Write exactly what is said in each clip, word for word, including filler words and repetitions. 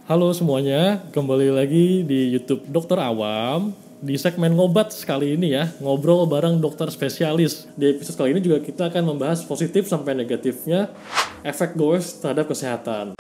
Halo semuanya, kembali lagi di YouTube Dokter Awam. Di segmen ngobat sekali ini ya, ngobrol bareng dokter spesialis. Di episode kali ini juga kita akan membahas positif sampai negatifnya efek goes terhadap kesehatan.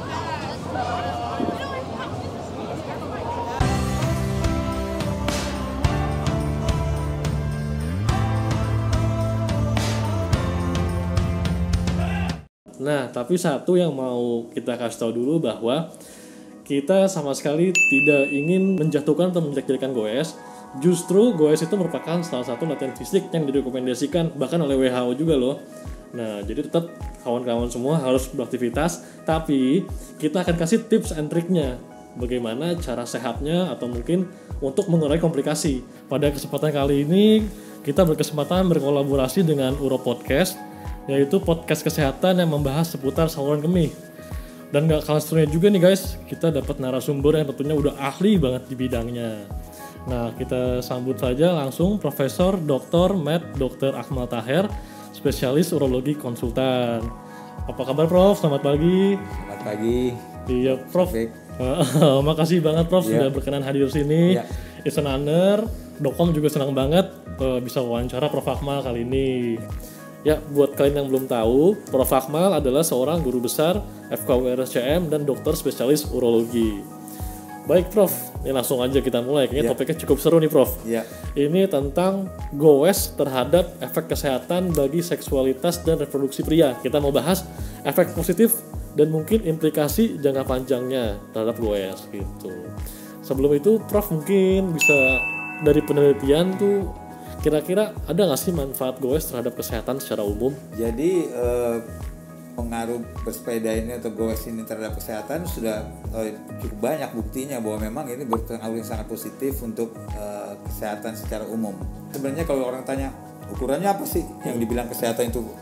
Nah, tapi satu yang mau kita kasih tahu dulu bahwa kita sama sekali tidak ingin menjatuhkan atau menjelek-jelekan goes. Justru goes itu merupakan salah satu latihan fisik yang direkomendasikan bahkan oleh W H O juga loh. Nah, jadi tetap kawan-kawan semua harus beraktivitas, tapi kita akan kasih tips and triknya bagaimana cara sehatnya atau mungkin untuk mengurangi komplikasi. Pada kesempatan kali ini kita berkesempatan berkolaborasi dengan Uro Podcast, yaitu podcast kesehatan yang membahas seputar saluran kemih. Dan gak kalah serunya juga nih guys, kita dapat narasumber yang tentunya udah ahli banget di bidangnya. Nah, kita sambut saja langsung Profesor Doktor Med Dokter Akmal Taher, spesialis urologi konsultan. Apa kabar Prof? Selamat pagi. Selamat pagi. Iya Prof. Makasih banget Prof yeah. sudah berkenan hadir sini. Yeah. It's an honor. Dokom juga senang banget uh, bisa wawancara Prof Akmal kali ini. Ya, buat kalian yang belum tahu, Prof Akmal adalah seorang guru besar F K U R S C M dan dokter spesialis urologi. Baik Prof, ini langsung aja kita mulai. Kayaknya yeah. topiknya cukup seru nih Prof. Yeah. Ini tentang goes terhadap efek kesehatan bagi seksualitas dan reproduksi pria. Kita mau bahas efek positif dan mungkin implikasi jangka panjangnya terhadap goes gitu. Sebelum itu Prof mungkin bisa dari penelitian tuh kira-kira ada nggak sih manfaat goes terhadap kesehatan secara umum? Jadi eh, pengaruh bersepeda ini atau goes ini terhadap kesehatan sudah eh, cukup banyak buktinya bahwa memang ini berpengaruh yang sangat positif untuk eh, kesehatan secara umum. Sebenarnya kalau orang tanya ukurannya apa sih yang dibilang kesehatan itu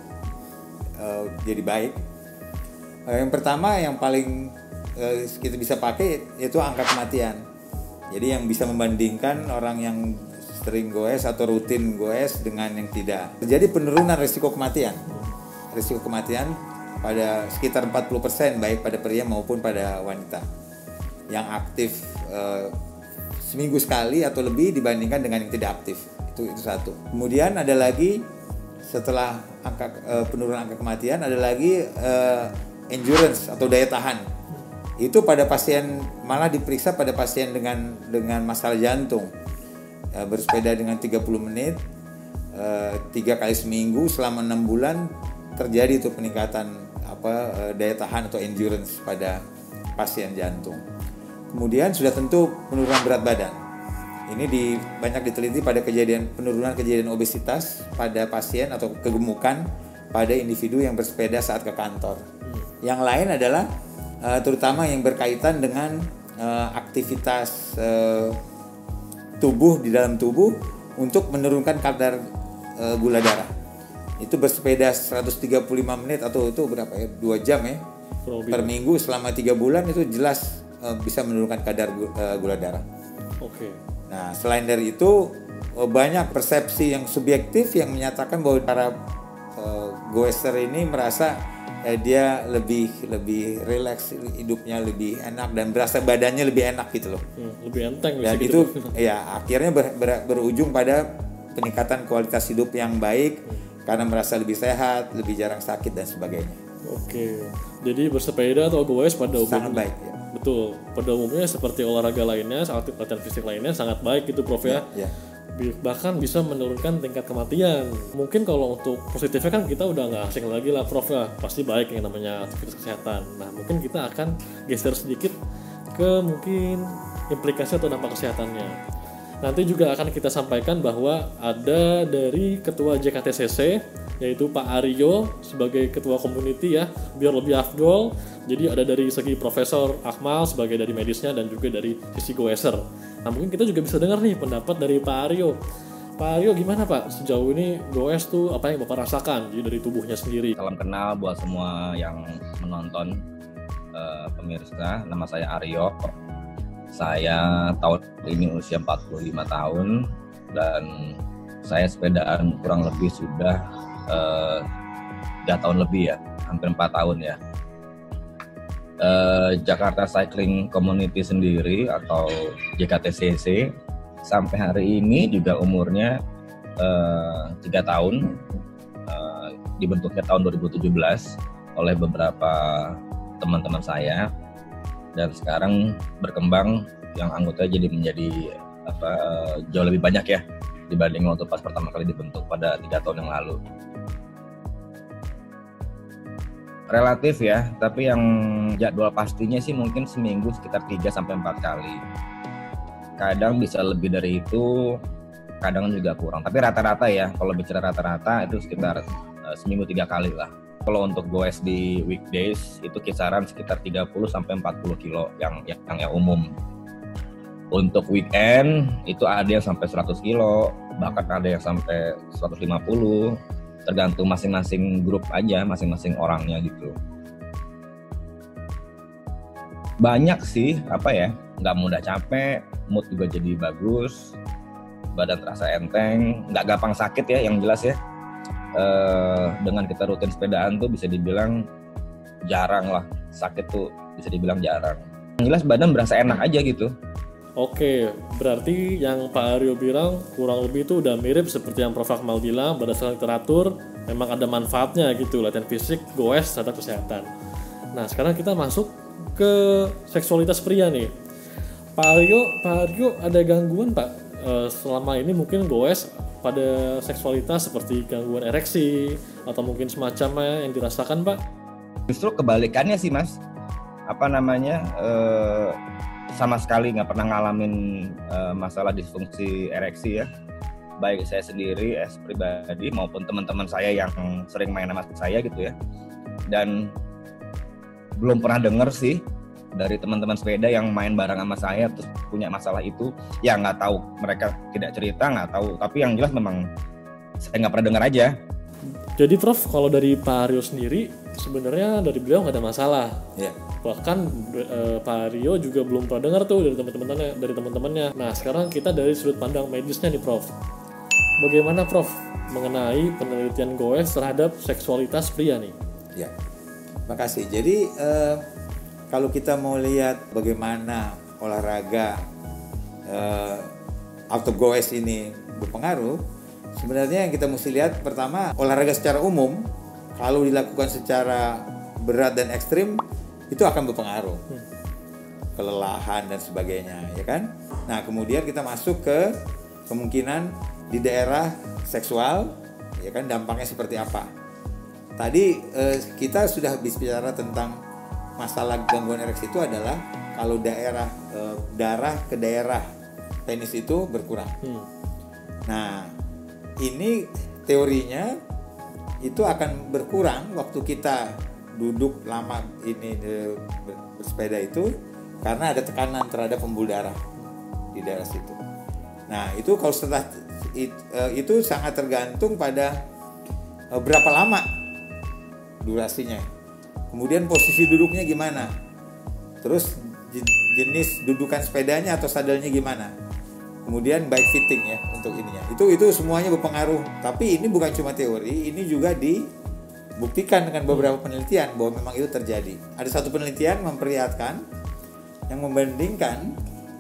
eh, jadi baik? Eh, yang pertama yang paling eh, kita bisa pakai yaitu angka kematian. Jadi yang bisa membandingkan orang yang sering goes atau rutin goes dengan yang tidak. Terjadi penurunan risiko kematian. Risiko kematian pada sekitar empat puluh persen baik pada pria maupun pada wanita yang aktif eh, seminggu sekali atau lebih dibandingkan dengan yang tidak aktif. Itu itu satu. Kemudian ada lagi setelah angka eh, penurunan angka kematian ada lagi eh, endurance atau daya tahan. Itu pada pasien malah diperiksa pada pasien dengan dengan masalah jantung. Ya, bersepeda dengan tiga puluh menit eh, tiga kali seminggu selama enam bulan terjadi itu peningkatan apa eh, daya tahan atau endurance pada pasien jantung. Kemudian sudah tentu penurunan berat badan. Ini di, banyak diteliti pada kejadian penurunan kejadian obesitas pada pasien atau kegemukan pada individu yang bersepeda saat ke kantor. Yang lain adalah eh, terutama yang berkaitan dengan eh, aktivitas eh, tubuh di dalam tubuh untuk menurunkan kadar e, gula darah. Itu bersepeda seratus tiga puluh lima menit atau itu berapa ya? dua jam ya. Probi. Per minggu selama tiga bulan itu jelas e, bisa menurunkan kadar e, gula darah. Oke. Okay. Nah, selain dari itu e, banyak persepsi yang subjektif yang menyatakan bahwa para e, goeser ini merasa eh, dia lebih lebih rileks hidupnya, lebih enak dan berasa badannya lebih enak gitu loh. Hmm, lebih enteng. Dan itu gitu. Ya akhirnya ber, ber, berujung pada peningkatan kualitas hidup yang baik hmm. karena merasa lebih sehat, lebih jarang sakit dan sebagainya. Oke. Jadi bersepeda atau goes pada umumnya sangat baik. Ya. Betul. Pada umumnya seperti olahraga lainnya, aktif latihan fisik lainnya sangat baik gitu Prof ya. Ya. ya. Bahkan bisa menurunkan tingkat kematian. Mungkin kalau untuk positifnya kan kita udah nggak asing lagi lah Prof ya, pasti baik yang namanya aktivitas kesehatan. Nah mungkin kita akan geser sedikit ke mungkin implikasi atau dampak kesehatannya. Nanti juga akan kita sampaikan bahwa ada dari Ketua J K T C C yaitu Pak Aryo sebagai Ketua Community ya, biar lebih afdol. Jadi ada dari segi Profesor Akmal sebagai dari medisnya dan juga dari sisi goeser. Nah mungkin kita juga bisa dengar nih pendapat dari Pak Aryo. Pak Aryo gimana Pak? Sejauh ini goes tuh apa yang Bapak rasakan jadi dari tubuhnya sendiri? Salam kenal buat semua yang menonton uh, pemirsa. Nama saya Aryo. Saya tahun ini usia empat puluh lima tahun dan saya sepedaan kurang lebih sudah uh, tiga tahun lebih ya, hampir empat tahun ya. uh, Jakarta Cycling Community sendiri atau J K T C C sampai hari ini juga umurnya uh, tiga tahun, uh, dibentuknya tahun dua ribu tujuh belas oleh beberapa teman-teman saya, dan sekarang berkembang yang anggotanya jadi menjadi apa jauh lebih banyak ya dibanding waktu pas pertama kali dibentuk pada tiga tahun yang lalu. Relatif ya, tapi yang jadwal pastinya sih mungkin seminggu sekitar tiga sampai empat kali. Kadang bisa lebih dari itu, kadang juga kurang. Tapi rata-rata ya, kalau bicara rata-rata itu sekitar uh, seminggu tiga kali lah. Kalau untuk goes di weekdays itu kisaran sekitar tiga puluh sampai empat puluh kilo yang yang, yang umum. Untuk weekend itu ada yang sampai seratus kilo, bahkan ada yang sampai seratus lima puluh, tergantung masing-masing grup aja, masing-masing orangnya gitu. Banyak sih, apa ya, nggak mudah capek, mood juga jadi bagus, badan terasa enteng, nggak gampang sakit ya, yang jelas ya. E, dengan kita rutin sepedaan tuh bisa dibilang jarang lah, sakit tuh bisa dibilang jarang. Yang jelas badan berasa enak aja gitu. Oke, berarti yang Pak Aryo bilang kurang lebih itu udah mirip seperti yang Prof Akmal bilang, berdasarkan literatur memang ada manfaatnya gitu, latihan fisik, goes, terhadap kesehatan. Nah, sekarang kita masuk ke seksualitas pria nih. Pak Aryo, Pak Aryo ada gangguan Pak e, selama ini mungkin goes pada seksualitas seperti gangguan ereksi atau mungkin semacamnya yang dirasakan Pak? Justru kebalikannya sih Mas, apa namanya, e, sama sekali nggak pernah ngalamin uh, masalah disfungsi ereksi ya, baik saya sendiri as pribadi maupun teman-teman saya yang sering main sama saya gitu ya, dan belum pernah dengar sih dari teman-teman sepeda yang main bareng sama saya terus punya masalah itu. Ya nggak tahu, mereka tidak cerita, nggak tahu, tapi yang jelas memang saya nggak pernah dengar aja. Jadi Prof, kalau dari Pak Aryo sendiri sebenarnya dari beliau nggak ada masalah. Ya. Bahkan eh, Pak Aryo juga belum pernah dengar tuh dari teman-temannya, dari teman-temannya. Nah, sekarang kita dari sudut pandang medisnya nih Prof. Bagaimana Prof mengenai penelitian goes terhadap seksualitas pria nih? Ya. Makasih. Jadi eh, kalau kita mau lihat bagaimana olahraga eh, auto goes ini berpengaruh, sebenarnya yang kita mesti lihat pertama, olahraga secara umum kalau dilakukan secara berat dan ekstrim itu akan berpengaruh, hmm. kelelahan dan sebagainya, ya kan? Nah, kemudian kita masuk ke kemungkinan di daerah seksual, ya kan, dampaknya seperti apa? Tadi eh, kita sudah bicara tentang masalah gangguan ereksi itu adalah kalau daerah eh, darah ke daerah penis itu berkurang. Hmm. Nah, ini teorinya itu akan berkurang waktu kita duduk lama ini bersepeda itu karena ada tekanan terhadap pembuluh darah di daerah situ. Nah, itu kalau setelah itu sangat tergantung pada berapa lama durasinya. Kemudian posisi duduknya gimana? Terus jenis dudukan sepedanya atau sadelnya gimana? Kemudian bike fitting ya untuk ininya. Itu itu semuanya berpengaruh. Tapi ini bukan cuma teori, ini juga dibuktikan dengan beberapa penelitian bahwa memang itu terjadi. Ada satu penelitian memperlihatkan yang membandingkan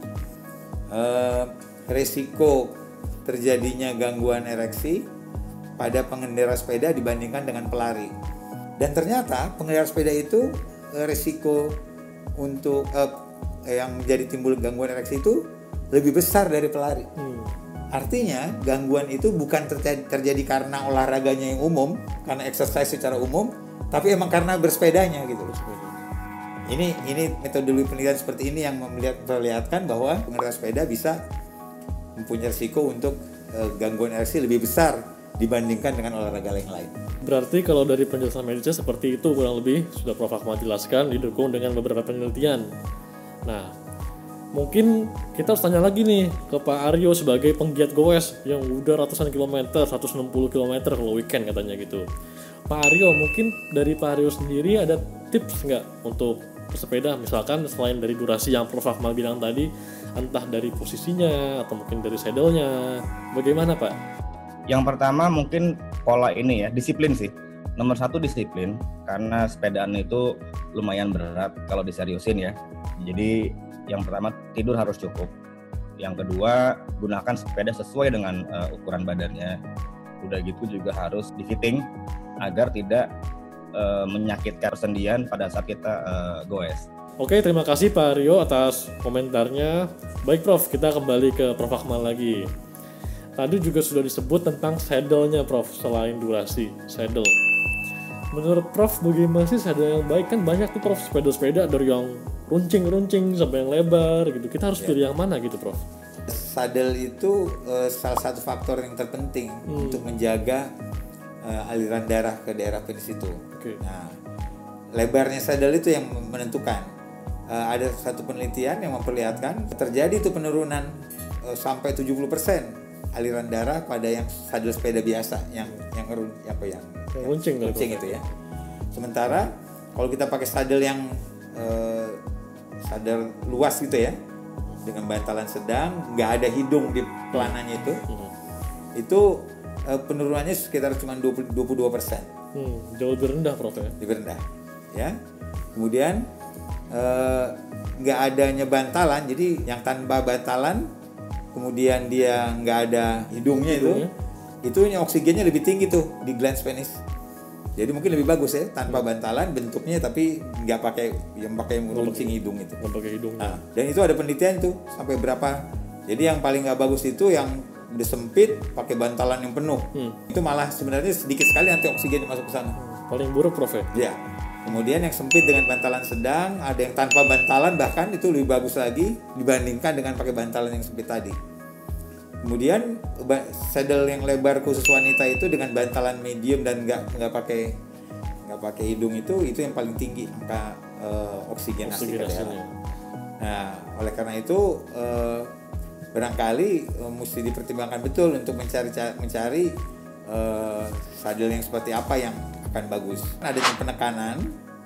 eh, resiko terjadinya gangguan ereksi pada pengendara sepeda dibandingkan dengan pelari. Dan ternyata pengendara sepeda itu eh, resiko untuk eh, yang menjadi timbul gangguan ereksi itu lebih besar dari pelari. Hmm. Artinya gangguan itu bukan terjadi, terjadi karena olahraganya yang umum, karena exercise secara umum, tapi emang karena bersepedanya gitu loh. Ini ini metodologi penelitian seperti ini yang memperlihatkan bahwa pengendara sepeda bisa mempunyai risiko untuk uh, gangguan ereksi lebih besar dibandingkan dengan olahraga yang lain. Berarti kalau dari penjelasan medisnya seperti itu kurang lebih sudah Prof Akmal jelaskan, didukung dengan beberapa penelitian. Nah, mungkin kita harus tanya lagi nih ke Pak Aryo sebagai penggiat goes yang udah ratusan kilometer, seratus enam puluh kilometer kalau weekend katanya gitu. Pak Aryo, mungkin dari Pak Aryo sendiri ada tips nggak untuk bersepeda, misalkan selain dari durasi yang Prof Akmal bilang tadi, entah dari posisinya atau mungkin dari saddle-nya, bagaimana Pak? Yang pertama mungkin pola ini ya, disiplin sih. Nomor satu disiplin, karena sepedaan itu lumayan berat kalau diseriusin ya. Jadi yang pertama tidur harus cukup. Yang kedua gunakan sepeda sesuai dengan uh, ukuran badannya. Udah gitu juga harus di fitting agar tidak uh, menyakitkan persendian pada saat kita uh, goes. Oke, terima kasih Pak Rio atas komentarnya. Baik Prof, kita kembali ke Prof Akmal lagi. Tadi juga sudah disebut tentang saddle-nya Prof, selain durasi, saddle. Menurut Prof, bagaimana sih saddle yang baik? Kan banyak tuh Prof, sepeda-sepeda dari yang runcing-runcing sampai yang lebar gitu. Kita harus ya. pilih yang mana gitu Prof? Saddle itu uh, salah satu faktor yang terpenting hmm. untuk menjaga uh, aliran darah ke daerah penis itu. Okay. Nah, lebarnya saddle itu yang menentukan. Uh, ada satu penelitian yang memperlihatkan terjadi itu penurunan uh, sampai tujuh puluh persen aliran darah pada yang saddle sepeda biasa, yang yang apa yang runcing, runcing itu ya. Sementara kalau kita pakai saddle yang uh, saddle luas gitu ya, dengan bantalan sedang, nggak ada hidung di pelananya itu, hmm. itu uh, penurunannya sekitar cuma dua puluh dua persen. Hmm, jauh lebih rendah Prof ya? Lebih rendah, ya. Kemudian uh, nggak adanya bantalan, jadi yang tanpa bantalan, kemudian dia nggak ada hidungnya, hidungnya itu, itu oksigennya lebih tinggi tuh di glans penis. Jadi mungkin lebih bagus ya tanpa bantalan bentuknya, tapi nggak pakai yang pakai runcing hidung itu. Nggak pakai hidung. Nah, dan itu ada penelitian tuh sampai berapa. Jadi yang paling nggak bagus itu yang udah sempit pakai bantalan yang penuh. Hmm. Itu malah sebenarnya sedikit sekali nanti oksigen masuk ke sana. Hmm. Paling buruk Prof ya? Ya. Kemudian yang sempit dengan bantalan sedang, ada yang tanpa bantalan bahkan itu lebih bagus lagi dibandingkan dengan pakai bantalan yang sempit tadi. Kemudian saddle yang lebar khusus wanita itu dengan bantalan medium dan nggak nggak pakai nggak pakai hidung itu itu yang paling tinggi angka uh, oksigenasi ke daerah. Nah, oleh karena itu uh, barangkali uh, mesti dipertimbangkan betul untuk mencari mencari uh, saddle yang seperti apa yang akan bagus. Adanya penekanan,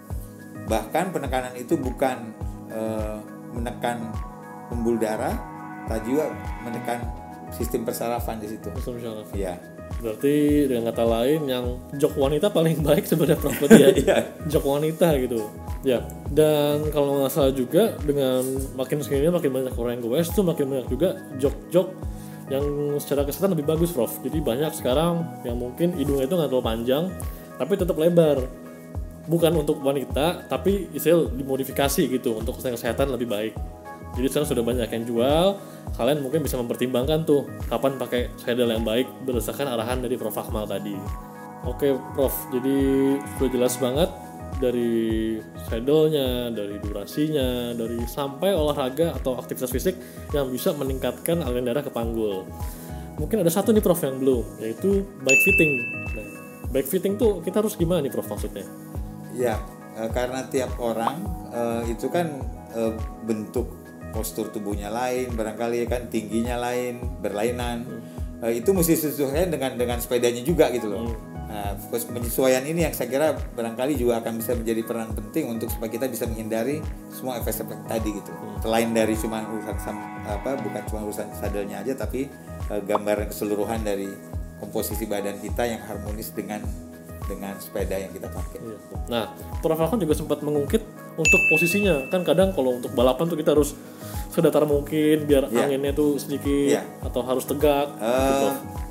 bahkan penekanan itu bukan uh, menekan pembuluh darah, tapi juga menekan sistem persarafan di situ. Sistem persarafan. Iya. Berarti dengan kata lain yang jok wanita paling baik sebenarnya properti ya. Jok wanita gitu. Ya. Dan kalau nggak salah juga dengan makin segini makin banyak orang yang goes tuh makin banyak juga jok-jok yang secara kesehatan lebih bagus Prof. Jadi banyak sekarang yang mungkin hidungnya itu nggak terlalu panjang tapi tetap lebar. Bukan untuk wanita tapi istilah dimodifikasi gitu untuk kesehatan lebih baik. Jadi sekarang sudah banyak yang jual. Kalian mungkin bisa mempertimbangkan tuh kapan pakai saddle yang baik berdasarkan arahan dari Prof Akmal tadi. Oke Prof, jadi sudah jelas banget dari saddle-nya, dari durasinya, dari sampai olahraga atau aktivitas fisik yang bisa meningkatkan aliran darah ke panggul. Mungkin ada satu nih Prof yang belum, yaitu bike fitting. Nah, bike fitting tuh kita harus gimana nih Prof maksudnya? Ya, karena tiap orang itu kan bentuk postur tubuhnya lain, barangkali kan tingginya lain, berlainan. Hmm. Uh, itu mesti sesuaikan dengan dengan sepedanya juga gitu loh. Hmm. Nah, penyesuaian ini yang saya kira barangkali juga akan bisa menjadi peran penting untuk supaya kita bisa menghindari semua efek-efek tadi gitu. Hmm. Selain dari cuma urusan apa, bukan cuma urusan saddle-nya aja, tapi uh, gambaran keseluruhan dari komposisi badan kita yang harmonis dengan dengan sepeda yang kita pakai. Nah, Prof Akmal juga sempat mengungkit untuk posisinya. Kan kadang kalau untuk balapan tuh kita harus sedatar mungkin biar yeah. anginnya tuh sedikit yeah. atau harus tegak. Uh, gitu.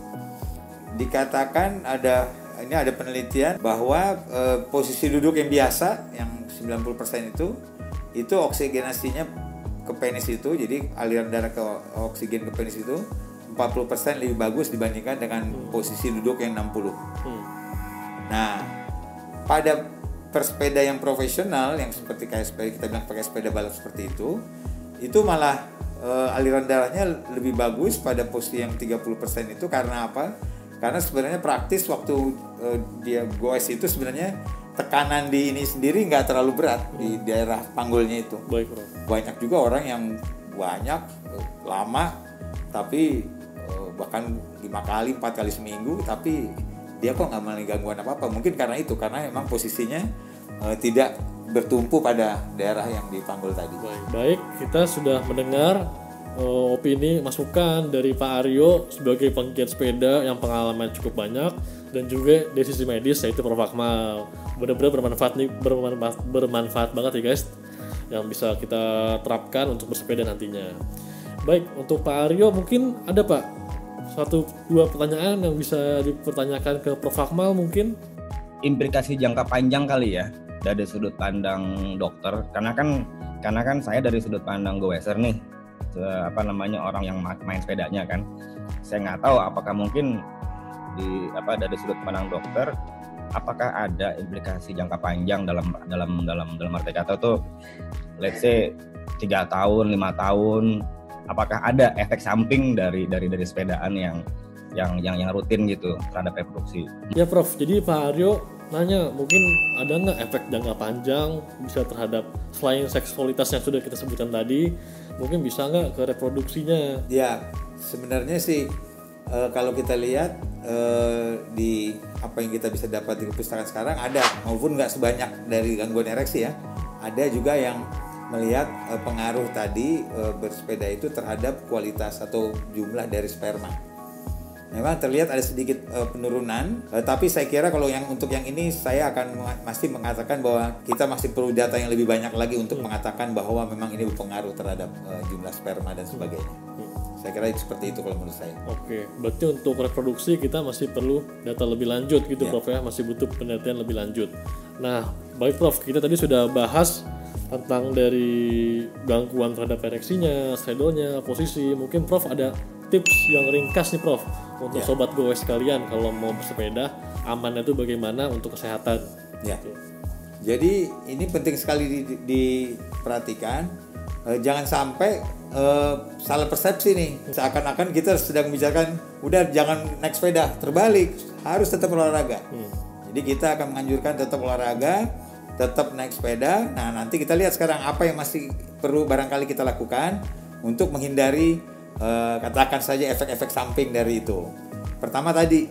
Dikatakan ada ini ada penelitian bahwa uh, posisi duduk yang biasa yang sembilan puluh persen itu itu oksigenasinya ke penis itu, jadi aliran darah ke oksigen ke penis itu empat puluh persen lebih bagus dibandingkan dengan hmm. posisi duduk yang enam puluh. Hmm. Nah, pada persepeda yang profesional yang seperti kayak sepeda kita bilang pakai sepeda balap seperti itu, itu malah e, aliran darahnya lebih bagus pada posisi yang tiga puluh persen itu. Karena apa? Karena sebenarnya praktis waktu e, dia goes itu sebenarnya tekanan di ini sendiri nggak terlalu berat hmm. di daerah panggulnya itu. Baik, Bro. Banyak juga orang yang banyak e, lama tapi e, bahkan lima kali empat kali seminggu tapi dia kok nggak mengalami gangguan apa-apa. Mungkin karena itu, karena memang posisinya e, tidak bertumpu pada daerah yang dipanggul tadi. Baik, baik, kita sudah mendengar uh, opini, masukan dari Pak Aryo sebagai penggiat sepeda yang pengalaman cukup banyak, dan juga dari sisi medis yaitu Prof Akmal. Benar-benar bermanfaat nih, bermanfaat, bermanfaat banget ya guys, yang bisa kita terapkan untuk bersepeda nantinya. Baik, untuk Pak Aryo mungkin ada Pak satu dua pertanyaan yang bisa dipertanyakan ke Prof Akmal mungkin? Implikasi jangka panjang kali ya dari sudut pandang dokter, karena kan karena kan saya dari sudut pandang goeser nih, apa namanya orang yang main sepedanya kan, saya nggak tahu apakah mungkin di apa dari sudut pandang dokter, apakah ada implikasi jangka panjang dalam dalam dalam dalam arti kata tuh, let's say tiga tahun lima tahun, apakah ada efek samping dari dari dari sepedaan yang yang yang yang rutin gitu terhadap reproduksi? Ya Prof, jadi Pak Aryo nanya mungkin ada nggak efek jangka panjang bisa terhadap selain seksualitas yang sudah kita sebutkan tadi, mungkin bisa nggak ke reproduksinya? Ya sebenarnya sih e, kalau kita lihat e, di apa yang kita bisa dapat di perpustakaan sekarang ada, maupun nggak sebanyak dari gangguan ereksi ya, ada juga yang melihat e, pengaruh tadi e, bersepeda itu terhadap kualitas atau jumlah dari sperma. Memang terlihat ada sedikit uh, penurunan, uh, tapi saya kira kalau yang untuk yang ini saya akan meng- masih mengatakan bahwa kita masih perlu data yang lebih banyak lagi untuk hmm. mengatakan bahwa memang ini berpengaruh terhadap uh, jumlah sperma dan sebagainya. Hmm. Saya kira itu seperti itu kalau menurut saya. Oke, berarti untuk reproduksi kita masih perlu data lebih lanjut gitu ya. Prof ya, masih butuh penelitian lebih lanjut. Nah, baik Prof, kita tadi sudah bahas tentang dari gangguan terhadap ereksinya, saddle-nya, posisi. Mungkin Prof ada tips yang ringkas nih Prof untuk ya. Sobat goes sekalian kalau mau bersepeda aman itu bagaimana untuk kesehatan. Ya. Gitu. Jadi ini penting sekali di, di, diperhatikan. E, jangan sampai e, salah persepsi nih. Seakan-akan kita sedang membicarakan udah jangan naik sepeda. Terbalik, harus tetap olahraga. Hmm. Jadi kita akan menganjurkan tetap olahraga, tetap naik sepeda. Nah nanti kita lihat sekarang apa yang masih perlu barangkali kita lakukan untuk menghindari Uh, katakan saja efek-efek samping dari itu. Pertama tadi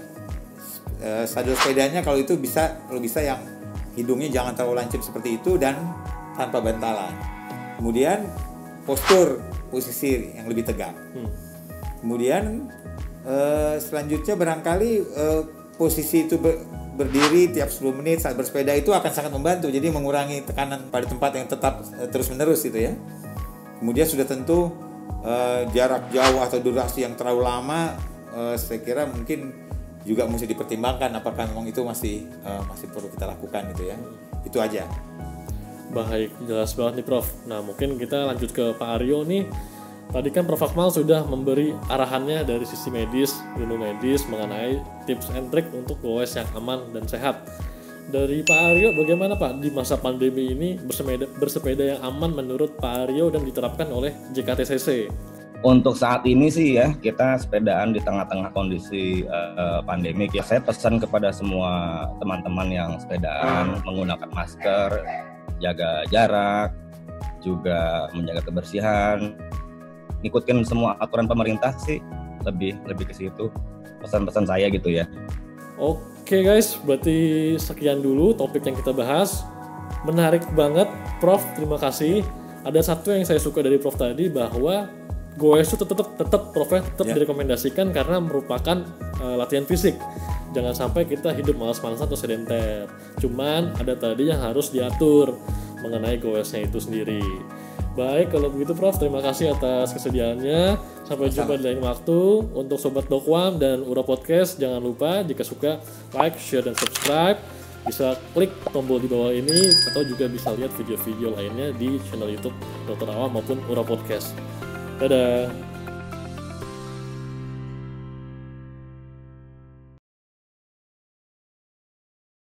uh, sadel sepedanya kalau itu bisa kalau bisa yang hidungnya jangan terlalu lancip seperti itu dan tanpa bantalan. Kemudian postur posisi yang lebih tegak. Hmm. Kemudian uh, selanjutnya barangkali uh, posisi itu ber, berdiri tiap sepuluh menit saat bersepeda itu akan sangat membantu. Jadi mengurangi tekanan pada tempat yang tetap uh, terus-menerus itu ya. Kemudian sudah tentu Uh, jarak jauh atau durasi yang terlalu lama, uh, saya kira mungkin juga mesti dipertimbangkan apakah memang itu masih uh, masih perlu kita lakukan gitu ya. Itu aja. Baik, jelas banget nih Prof. Nah mungkin kita lanjut ke Pak Aryo nih. Tadi kan Prof Akmal sudah memberi arahannya dari sisi medis, ilmu medis mengenai tips and trick untuk goes yang aman dan sehat. Dari Pak Aryo, bagaimana Pak di masa pandemi ini bersepeda, bersepeda yang aman menurut Pak Aryo dan diterapkan oleh J K T C C? Untuk saat ini sih ya, kita sepedaan di tengah-tengah kondisi uh, pandemik ya. Saya pesan kepada semua teman-teman yang sepedaan menggunakan masker, jaga jarak, juga menjaga kebersihan, ngikutin semua aturan pemerintah sih, lebih lebih ke situ pesan-pesan saya gitu ya. Oke guys, berarti sekian dulu topik yang kita bahas. Menarik banget Prof, terima kasih. Ada satu yang saya suka dari Prof tadi, bahwa goes itu tetap tetap Prof tetap yeah. direkomendasikan karena merupakan uh, latihan fisik. Jangan sampai kita hidup malas-malasan atau sedenter. Cuman ada tadi yang harus diatur mengenai goesnya itu sendiri. Baik, kalau begitu Prof, terima kasih atas kesediaannya. Sampai jumpa di lain waktu. Untuk Sobat Dokwam dan Ura Podcast, jangan lupa jika suka like, share, dan subscribe. Bisa klik tombol di bawah ini, atau juga bisa lihat video-video lainnya di channel YouTube Dokter Awam maupun Ura Podcast. Dadah.